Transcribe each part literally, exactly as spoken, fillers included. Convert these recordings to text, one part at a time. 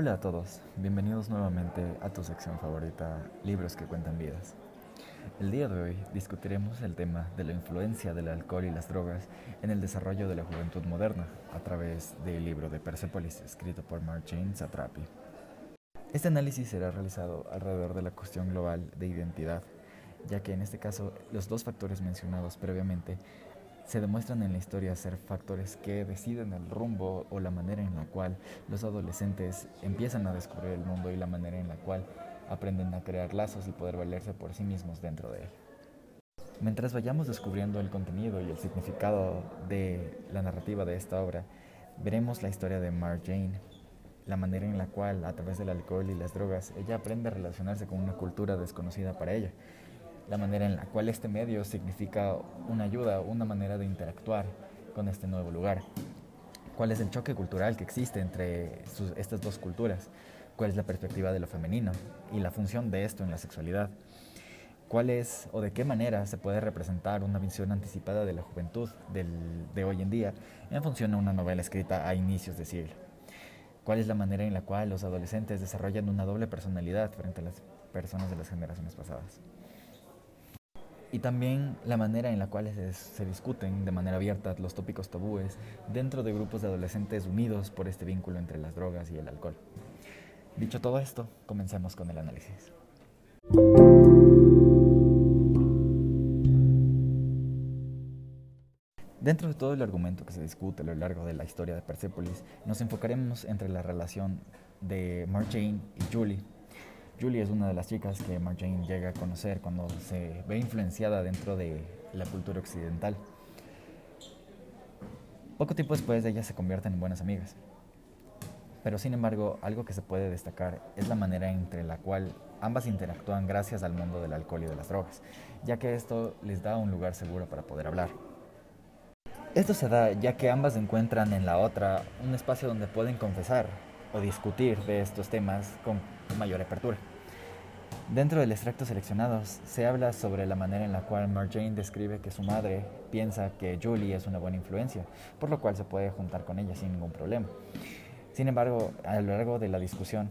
Hola a todos, bienvenidos nuevamente a tu sección favorita, Libros que cuentan vidas. El día de hoy discutiremos el tema de la influencia del alcohol y las drogas en el desarrollo de la juventud moderna a través del libro de Persepolis, escrito por Marjane Satrapi. Este análisis será realizado alrededor de la cuestión global de identidad, ya que en este caso los dos factores mencionados previamente se demuestran en la historia ser factores que deciden el rumbo o la manera en la cual los adolescentes empiezan a descubrir el mundo y la manera en la cual aprenden a crear lazos y poder valerse por sí mismos dentro de él. Mientras vayamos descubriendo el contenido y el significado de la narrativa de esta obra, veremos la historia de Marjane, la manera en la cual, a través del alcohol y las drogas, ella aprende a relacionarse con una cultura desconocida para ella, la manera en la cual este medio significa una ayuda, una manera de interactuar con este nuevo lugar. ¿Cuál es el choque cultural que existe entre sus, estas dos culturas? ¿Cuál es la perspectiva de lo femenino y la función de esto en la sexualidad? ¿Cuál es o de qué manera se puede representar una visión anticipada de la juventud del, de hoy en día en función a una novela escrita a inicios de siglo? ¿Cuál es la manera en la cual los adolescentes desarrollan una doble personalidad frente a las personas de las generaciones pasadas? Y también la manera en la cual se, se discuten de manera abierta los tópicos tabúes dentro de grupos de adolescentes unidos por este vínculo entre las drogas y el alcohol. Dicho todo esto, comencemos con el análisis. Dentro de todo el argumento que se discute a lo largo de la historia de Persepolis, nos enfocaremos entre la relación de Marjane y Julie. Julie es una de las chicas que Marjane llega a conocer cuando se ve influenciada dentro de la cultura occidental. Poco tiempo después, ellas se convierten en buenas amigas. Pero sin embargo, algo que se puede destacar es la manera entre la cual ambas interactúan gracias al mundo del alcohol y de las drogas, ya que esto les da un lugar seguro para poder hablar. Esto se da ya que ambas encuentran en la otra un espacio donde pueden confesar o discutir de estos temas con mayor apertura. Dentro del extracto seleccionado se habla sobre la manera en la cual Marjane describe que su madre piensa que Julie es una buena influencia, por lo cual se puede juntar con ella sin ningún problema. Sin embargo, a lo largo de la discusión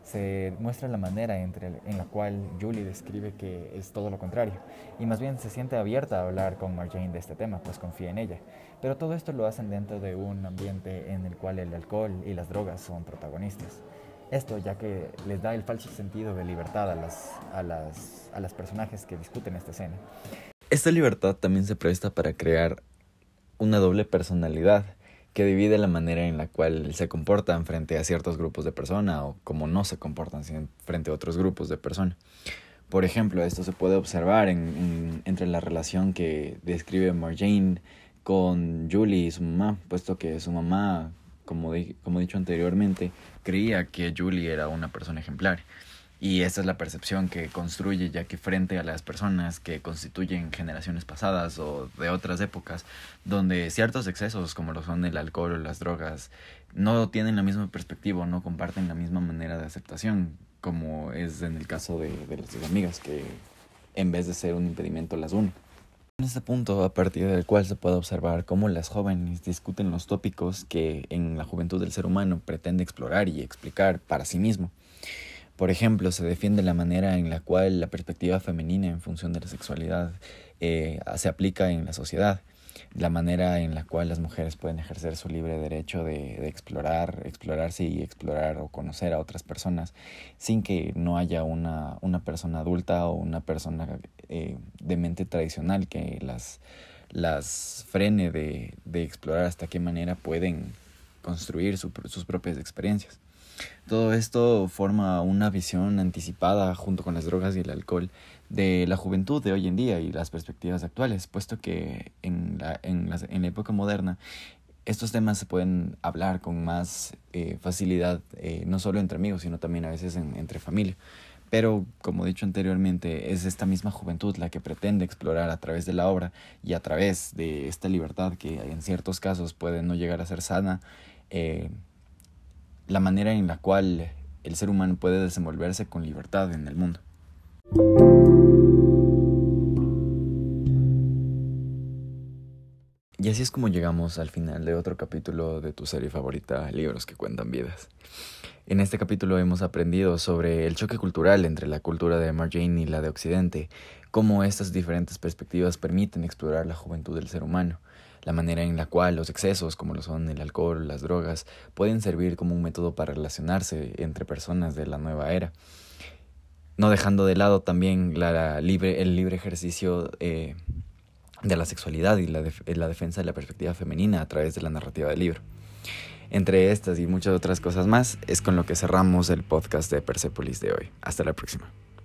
se muestra la manera entre, en la cual Julie describe que es todo lo contrario, y más bien se siente abierta a hablar con Marjane de este tema, pues confía en ella. Pero todo esto lo hacen dentro de un ambiente en el cual el alcohol y las drogas son protagonistas. Esto ya que les da el falso sentido de libertad a las, a las, a las personajes que discuten esta escena. Esta libertad también se presta para crear una doble personalidad que divide la manera en la cual se comportan frente a ciertos grupos de personas o como no se comportan frente a otros grupos de personas. Por ejemplo, esto se puede observar en, en, entre la relación que describe Marjane con Julie y su mamá, puesto que su mamá, como, di, como he dicho anteriormente, creía que Julie era una persona ejemplar. Y esta es la percepción que construye, ya que frente a las personas que constituyen generaciones pasadas o de otras épocas, donde ciertos excesos como lo son el alcohol o las drogas no tienen la misma perspectiva, no comparten la misma manera de aceptación, como es en el caso de, de las amigas, que en vez de ser un impedimento las une. En este punto, a partir del cual se puede observar cómo las jóvenes discuten los tópicos que en la juventud del ser humano pretende explorar y explicar para sí mismo. Por ejemplo, se defiende la manera en la cual la perspectiva femenina en función de la sexualidad eh, se aplica en la sociedad, la manera en la cual las mujeres pueden ejercer su libre derecho de, de explorar, explorarse y explorar o conocer a otras personas sin que no haya una, una persona adulta o una persona eh, de mente tradicional que las, las frene de, de explorar hasta qué manera pueden construir su, sus propias experiencias. Todo esto forma una visión anticipada junto con las drogas y el alcohol de la juventud de hoy en día y las perspectivas actuales, puesto que en la, en la, en la época moderna estos temas se pueden hablar con más eh, facilidad, eh, no solo entre amigos, sino también a veces en, entre familia. Pero, como he dicho anteriormente, es esta misma juventud la que pretende explorar a través de la obra y a través de esta libertad que en ciertos casos puede no llegar a ser sana, eh, la manera en la cual el ser humano puede desenvolverse con libertad en el mundo. Y así es como llegamos al final de otro capítulo de tu serie favorita, Libros que cuentan vidas. En este capítulo hemos aprendido sobre el choque cultural entre la cultura de Mary Jane y la de Occidente, cómo estas diferentes perspectivas permiten explorar la juventud del ser humano, la manera en la cual los excesos, como lo son el alcohol, las drogas, pueden servir como un método para relacionarse entre personas de la nueva era, no dejando de lado también la libre, el libre ejercicio eh, de la sexualidad y la, def- la defensa de la perspectiva femenina a través de la narrativa del libro. Entre estas y muchas otras cosas más es con lo que cerramos el podcast de Persepolis de hoy. Hasta la próxima.